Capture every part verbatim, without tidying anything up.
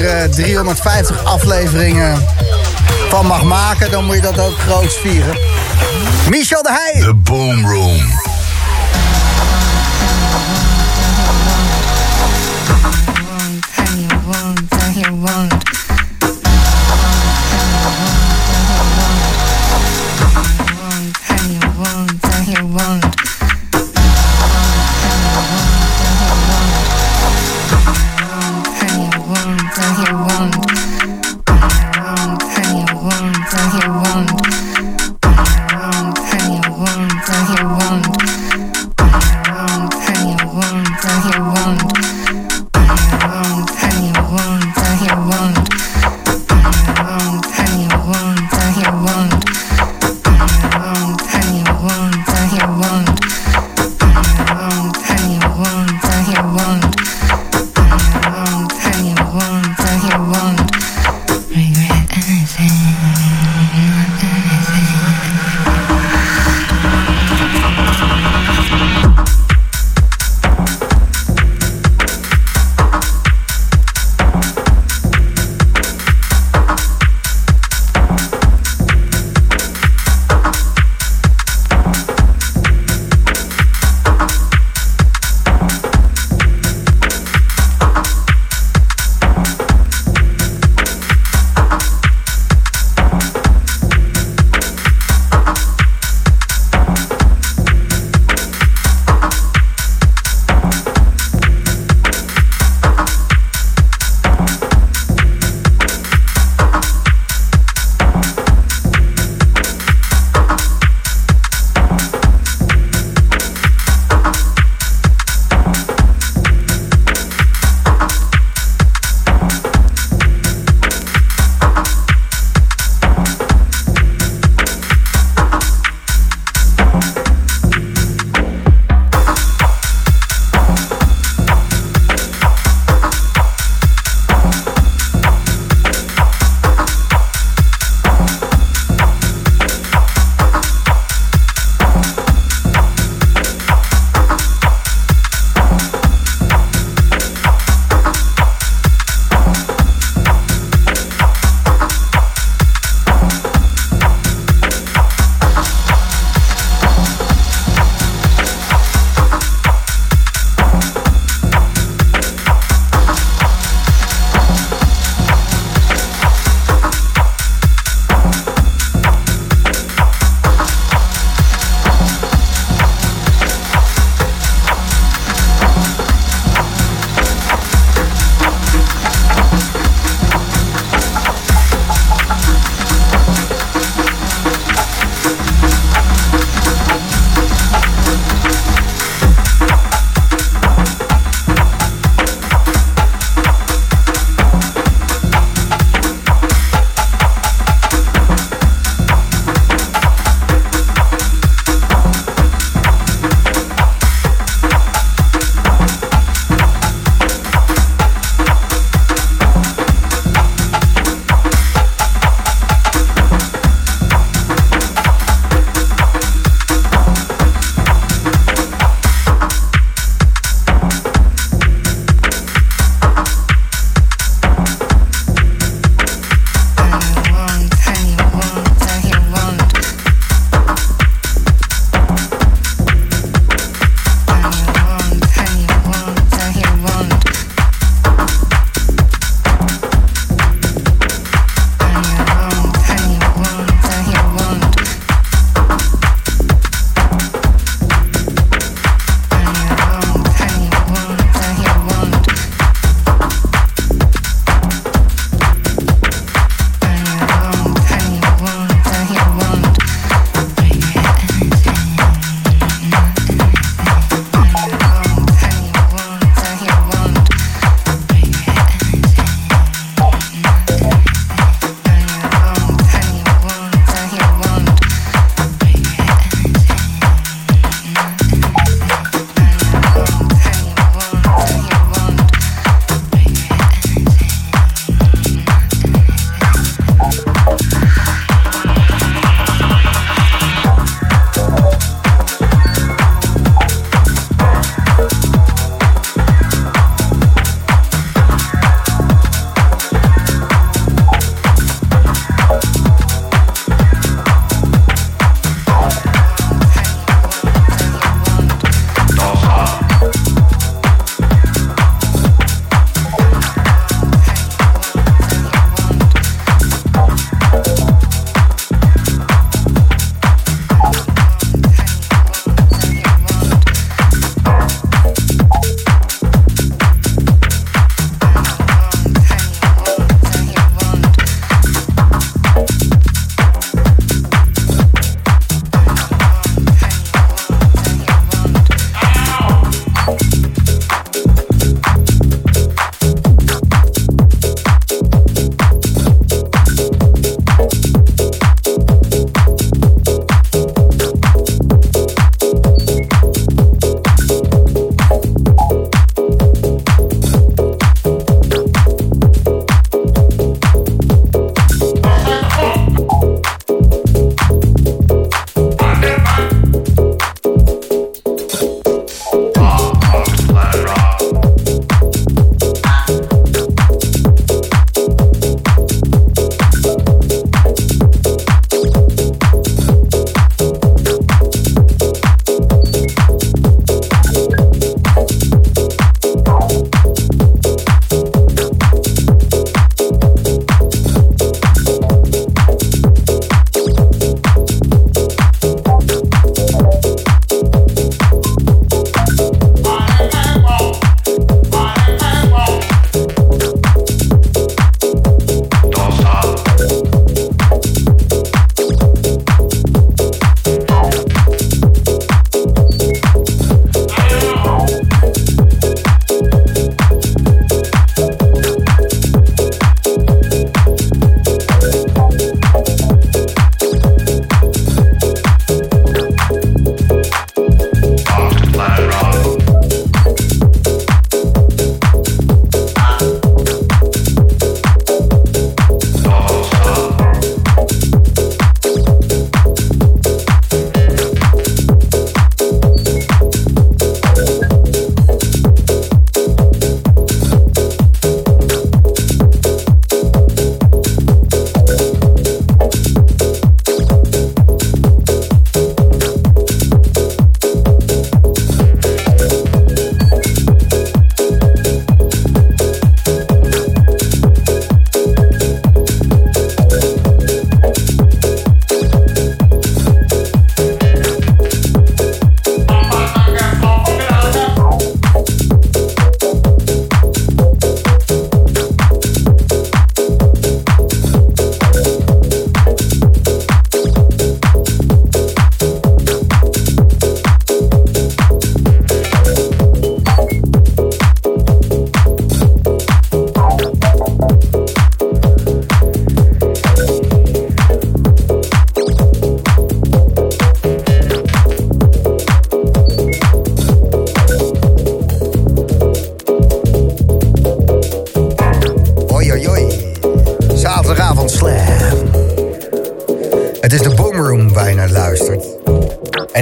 er uh, driehonderdvijftig afleveringen van mag maken, dan moet je dat ook groots vieren. Michel de Heij. The Boom Room. One.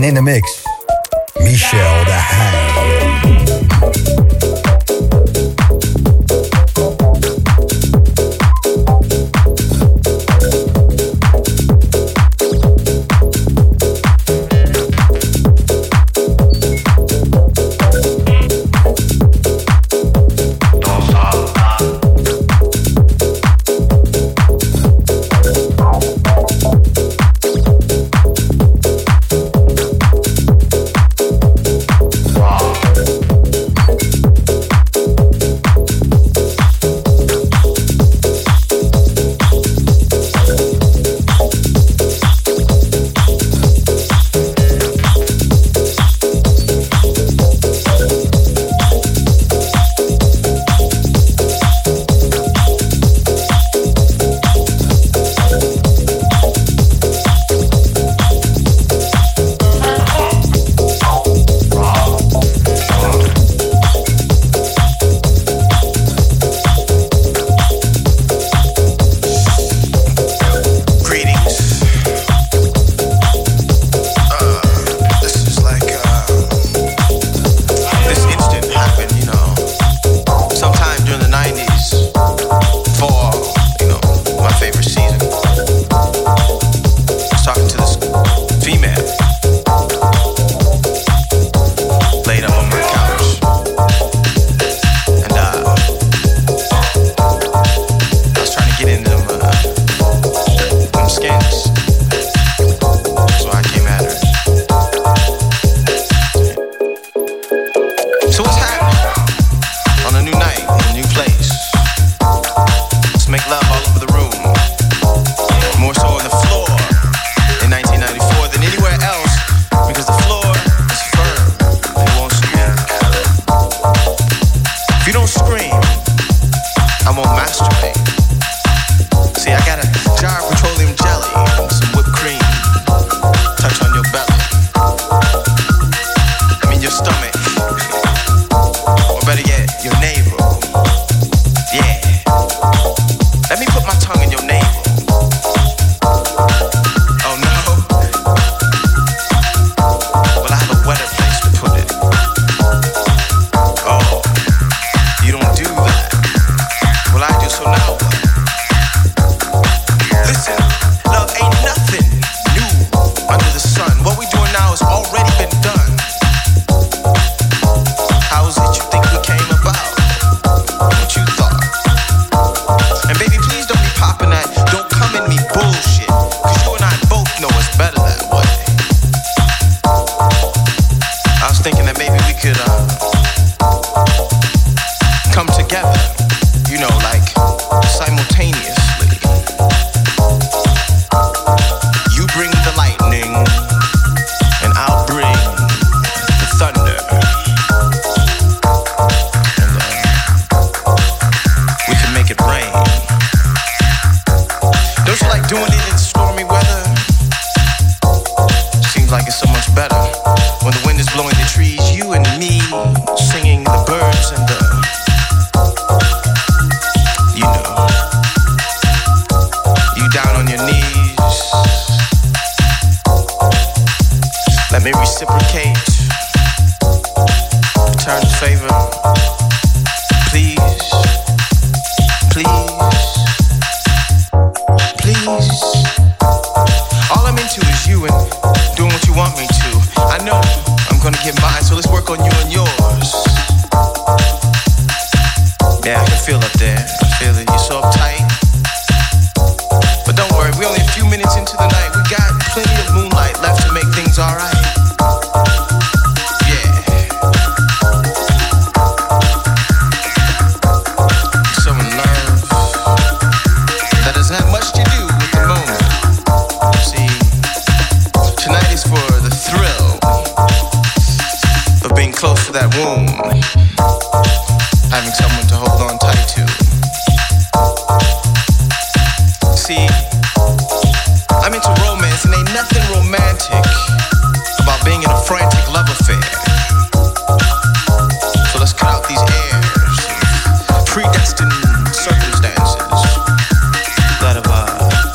in de mix. Michel de Heij. Predestined circumstances that have uh,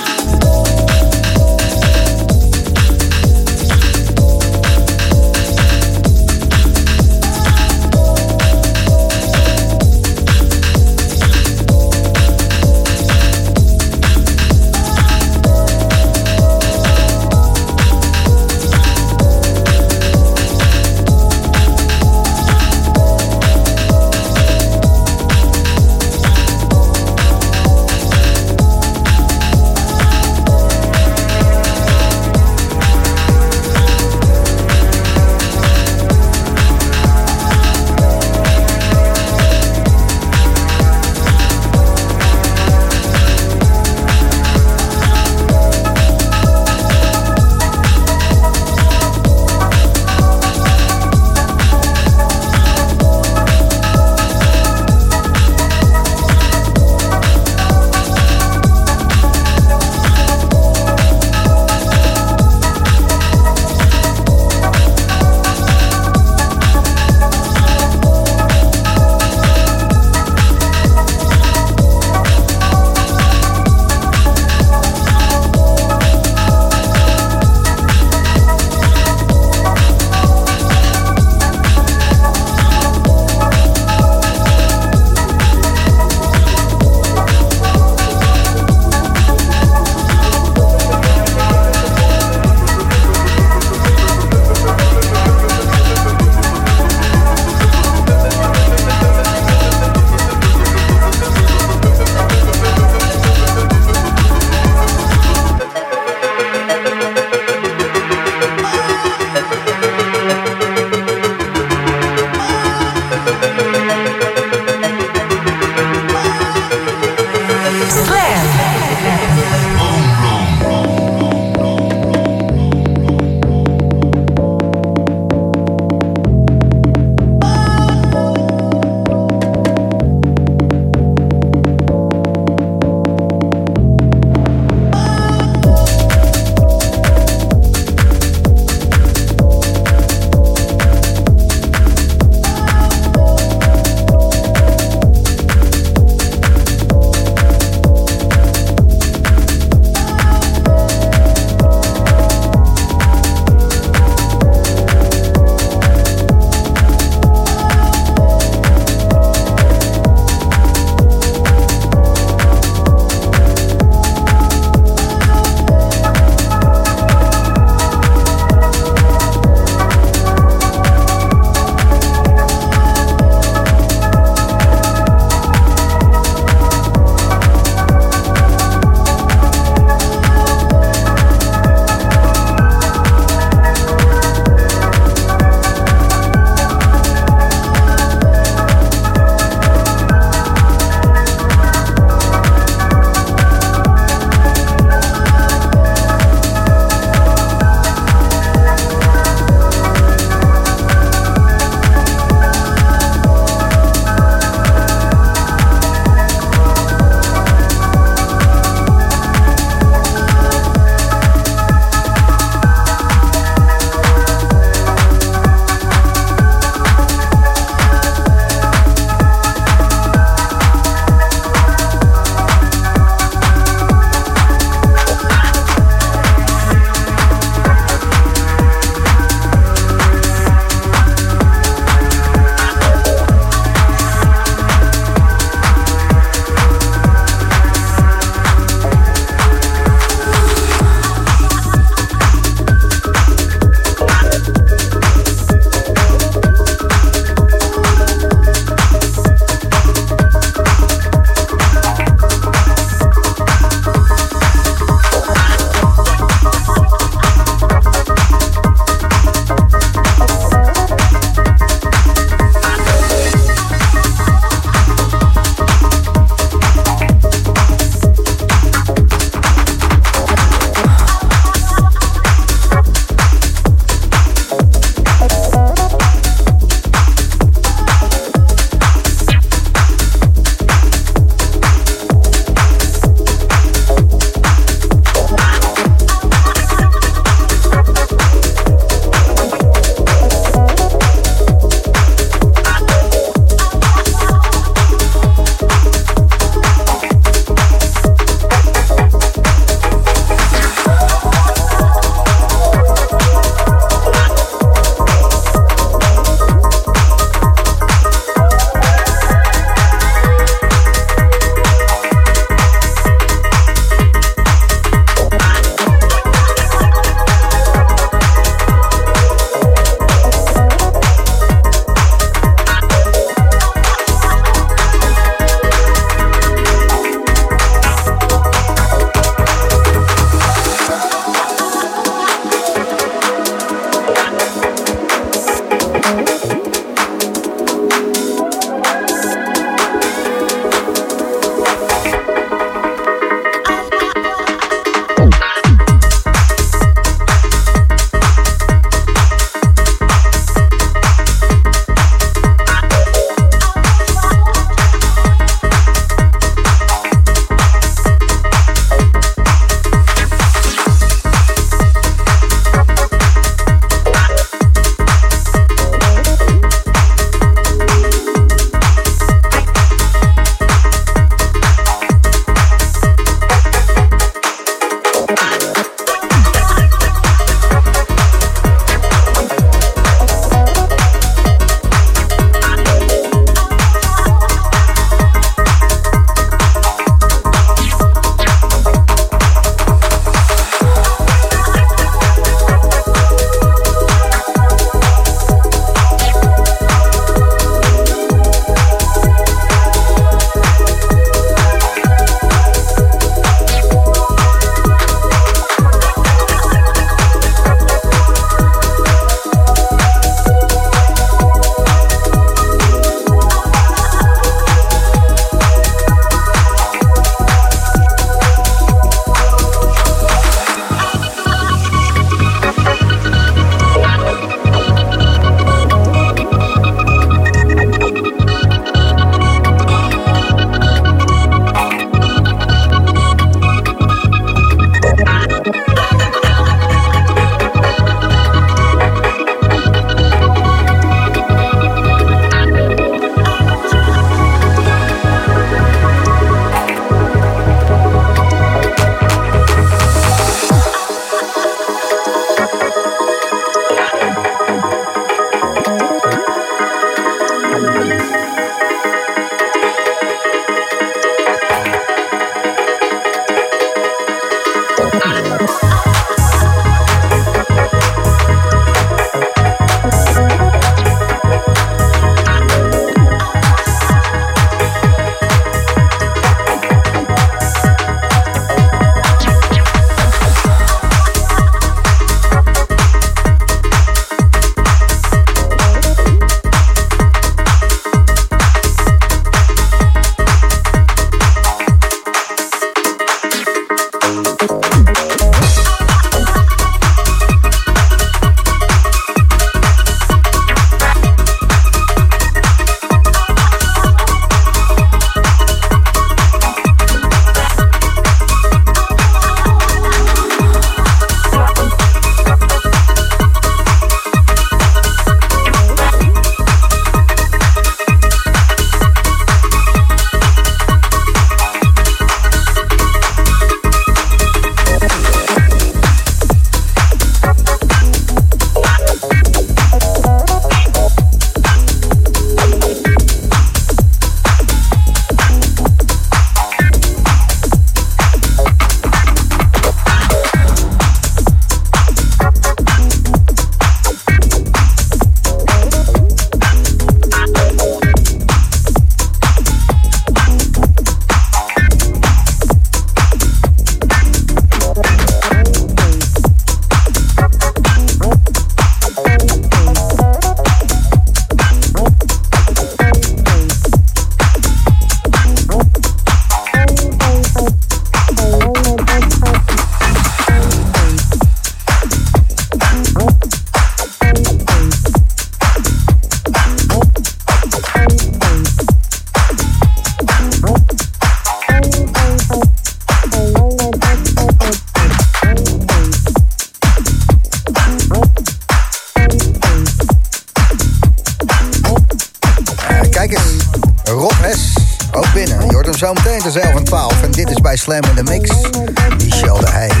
Zometeen tussen elf en twaalf. En dit is bij Slam in the Mix. Michel de Heij.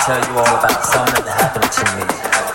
tell you all about something that happened to me.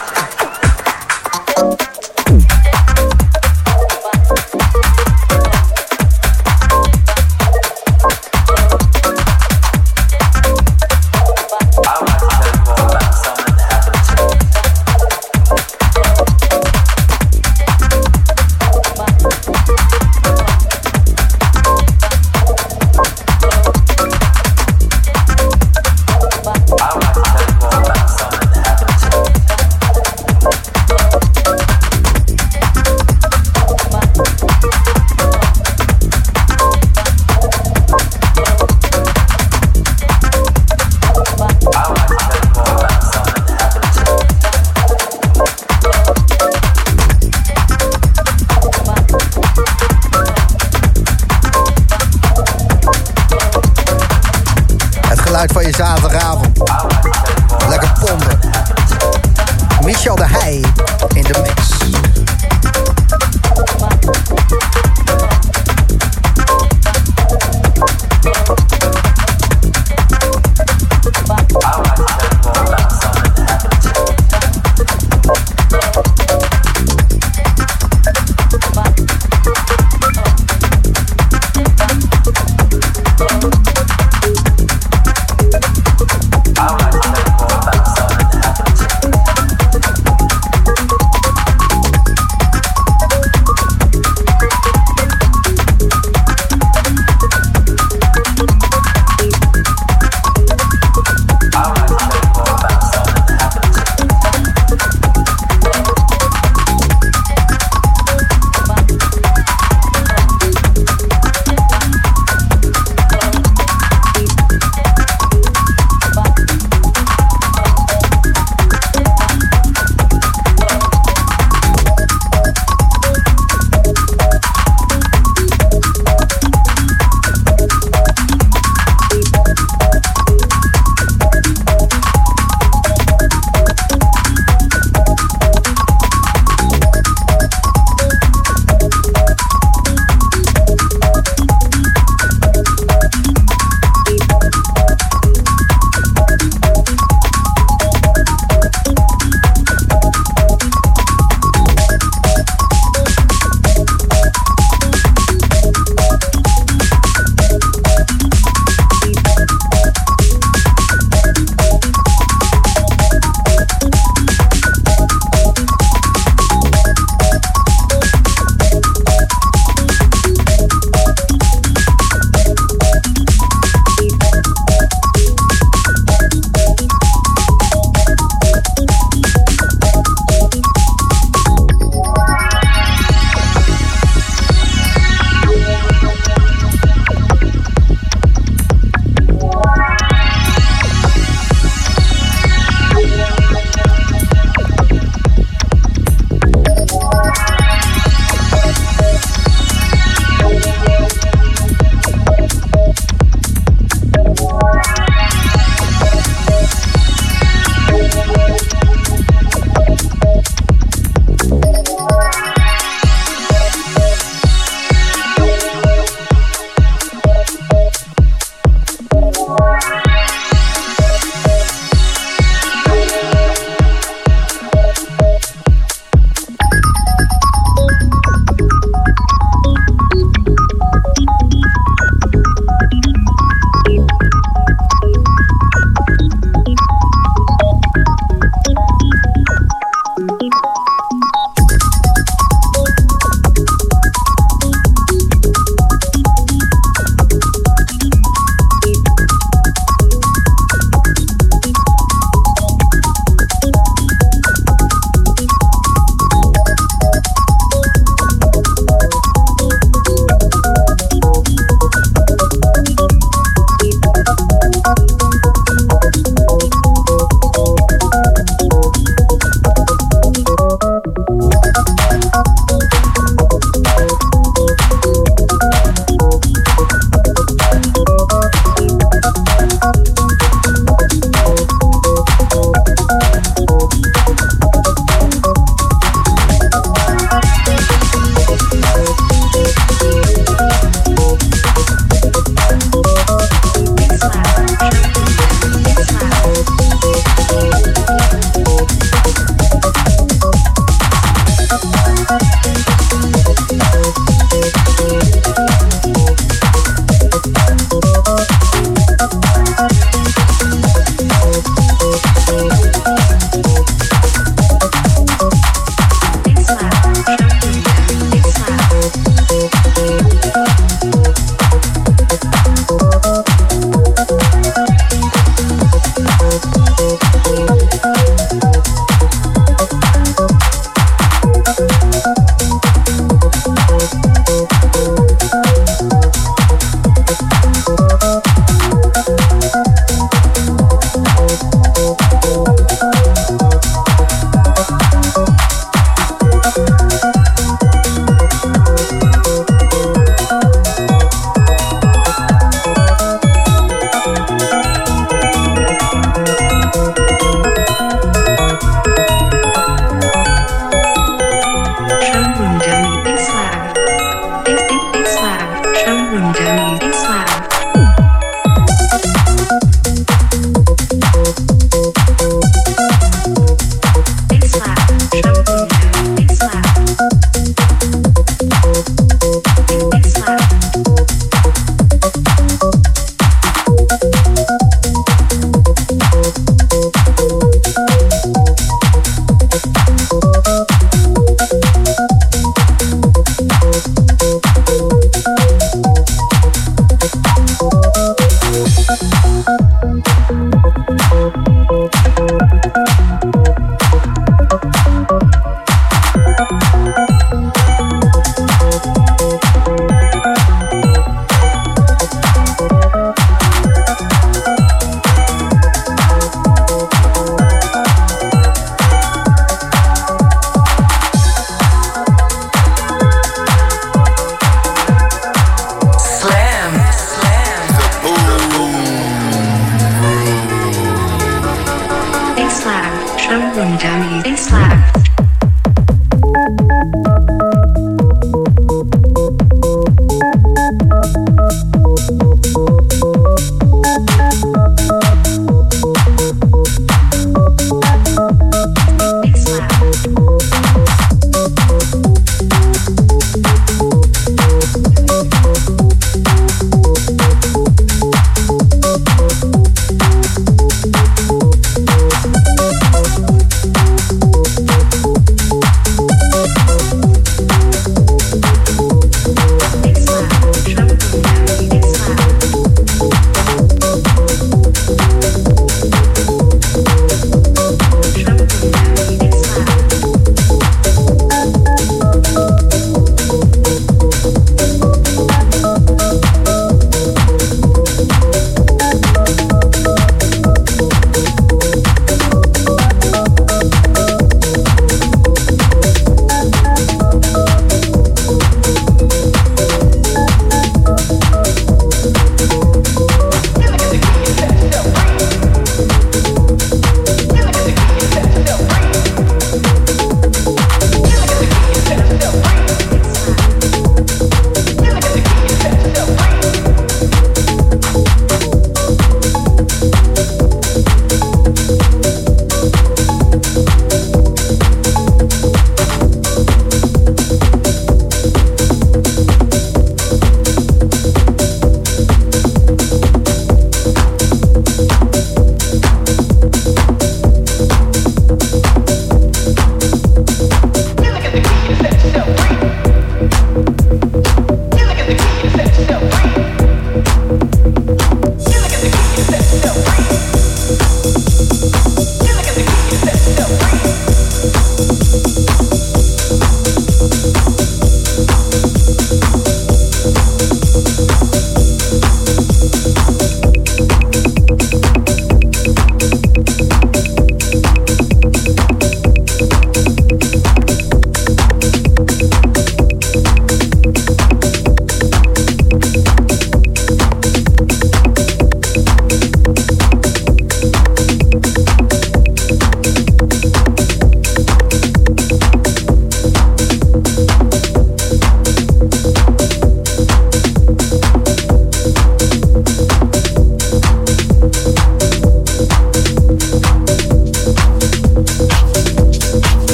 Van je zaterdagavond. Lekker pompen. Michel de Heij in de mix. Showroom dummy bass slap. We'll be right back.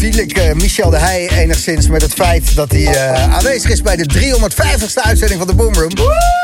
viel ik uh, Michel de Heij enigszins met het feit dat hij uh, aanwezig is bij de driehonderdvijftigste uitzending van de Boom Room.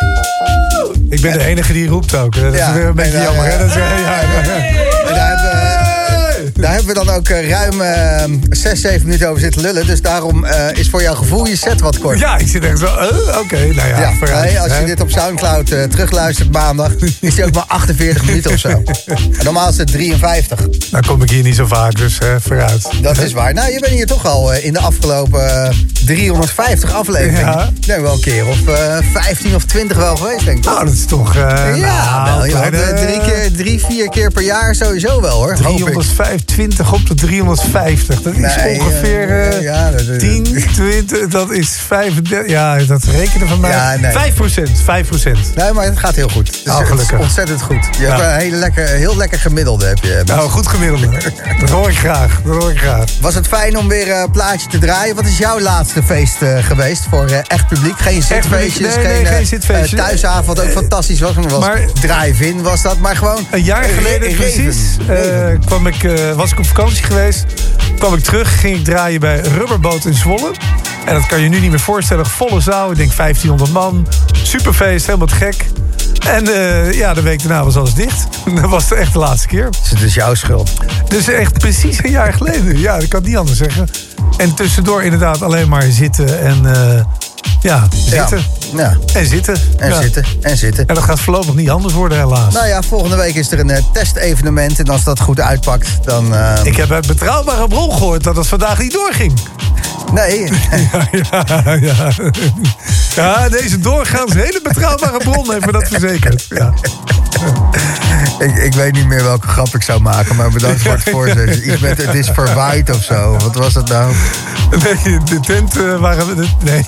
Ik ben de enige die roept ook. Dat Ja, is weer een beetje en, uh, jammer, hè? Dat is, ja, ja, ja. En daar hebben we... Daar hebben we dan ook uh, ruim uh, zes, zeven minuten over zitten lullen. Dus daarom uh, is voor jouw gevoel je set wat kort. Ja, ik zit echt zo... Uh, Oké, okay, nou ja, Ja, vooruit, nee, als je hè? dit op Soundcloud uh, terugluistert maandag, is die ook maar achtenveertig minuten of zo. En normaal is het drieënvijftig. Nou kom ik hier niet zo vaak, dus uh, vooruit. Dat is waar. Nou, je bent hier toch al uh, in de afgelopen uh, driehonderdvijftig afleveringen. Ja. Ik denk wel een keer of uh, vijftien of twintig wel geweest, denk ik. Nou, dat is toch... Uh, ja, nou, wel. Je kleine, had, uh, drie, keer, drie, vier keer per jaar sowieso wel, hoor. Hoop ik. driehonderdvijfentwintig op de driehonderdvijftig. Dat is Nee, ongeveer uh, ja, dat is- tien, twintig, dat is vijfendertig. Ja, dat rekenen van mij. Ja, nee. vijf procent, vijf procent. Nee, maar het gaat heel goed. Het is, Oh, het is gelukkig. ontzettend goed. Je Ja. hebt een hele lekker, heel lekker gemiddelde. Heb je. Nou, goed gemiddelde. Dat hoor ik graag, dat hoor ik graag. Was het fijn om weer een plaatje te draaien? Wat is jouw laatste feest uh, geweest voor uh, echt publiek? Geen zitfeestjes, Nee, nee, geen, geen uh, zitfeestjes. uh, thuisavond, wat ook fantastisch was. Maar was Maar- drive-in was dat, maar gewoon... Een jaar geleden Re- precies Reven. uh, kwam ik, uh, was ik op vakantie geweest. Kwam ik terug, ging ik draaien bij Rubberboot in Zwolle. En dat kan je nu niet meer voorstellen. Volle zaal, ik denk vijftienhonderd man. Superfeest, helemaal te gek. En uh, ja, de week daarna was alles dicht. Dat was echt de laatste keer. Dus het is jouw schuld. Dus echt precies een jaar geleden. Ja, dat kan ik niet anders zeggen. En tussendoor inderdaad alleen maar zitten en... Uh, ja, zitten. Ja. Ja. En zitten. En Ja. zitten, en zitten. En dat gaat voorlopig niet anders worden, helaas. Nou ja, volgende week is er een uh, testevenement. En als dat goed uitpakt, dan... Uh... Ik heb uit betrouwbare bron gehoord dat het vandaag niet doorging. Nee. Ja, ja, ja. Ja, deze doorgaans hele betrouwbare bron heeft me dat verzekerd. Ja. ik, ik weet niet meer welke grap ik zou maken, maar bedankt voor het voorzetten. Iets met het is verwaaid of zo. Wat was het nou? Nee, de tent uh, waren we... Nee.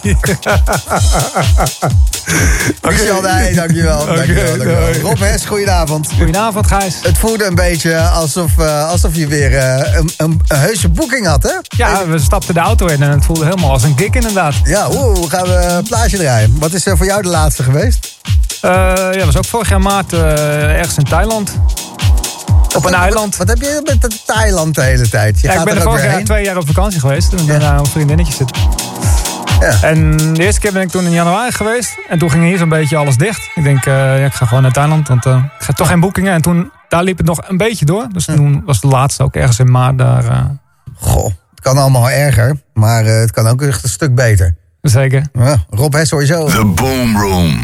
Michel de Heij, dankjewel. Oké, dankjewel, dankjewel. doei. Rob Hes, goedenavond. Goedenavond, Gijs. Het voelde een beetje alsof, uh, alsof je weer uh, een, een, een heuse boeking had, hè? Ja, we stapten de auto in en het voelde helemaal als een gig inderdaad. Ja, oeh, gaan we een plaatje draaien. Wat is er voor jou de laatste geweest? Uh, ja, dat was ook vorig jaar maart uh, ergens in Thailand. Op een eiland. Wat heb je met Thailand de hele tijd? Je Ja, ik gaat ben er er ook vorig weer jaar heen. twee jaar op vakantie geweest. En ik ben Ja. daar een vriendinnetje zitten. Ja. En de eerste keer ben ik toen in januari geweest. En toen ging hier zo'n beetje alles dicht. Ik denk, uh, ja, ik ga gewoon naar Thailand. Want uh, ik ga toch geen boekingen. En toen, daar liep het nog een beetje door. Dus toen was de laatste ook ergens in maart daar. Uh, Goh, het kan allemaal erger, maar uh, het kan ook echt een stuk beter. zeker. Ja, Rob Hes sowieso. The Boom Room.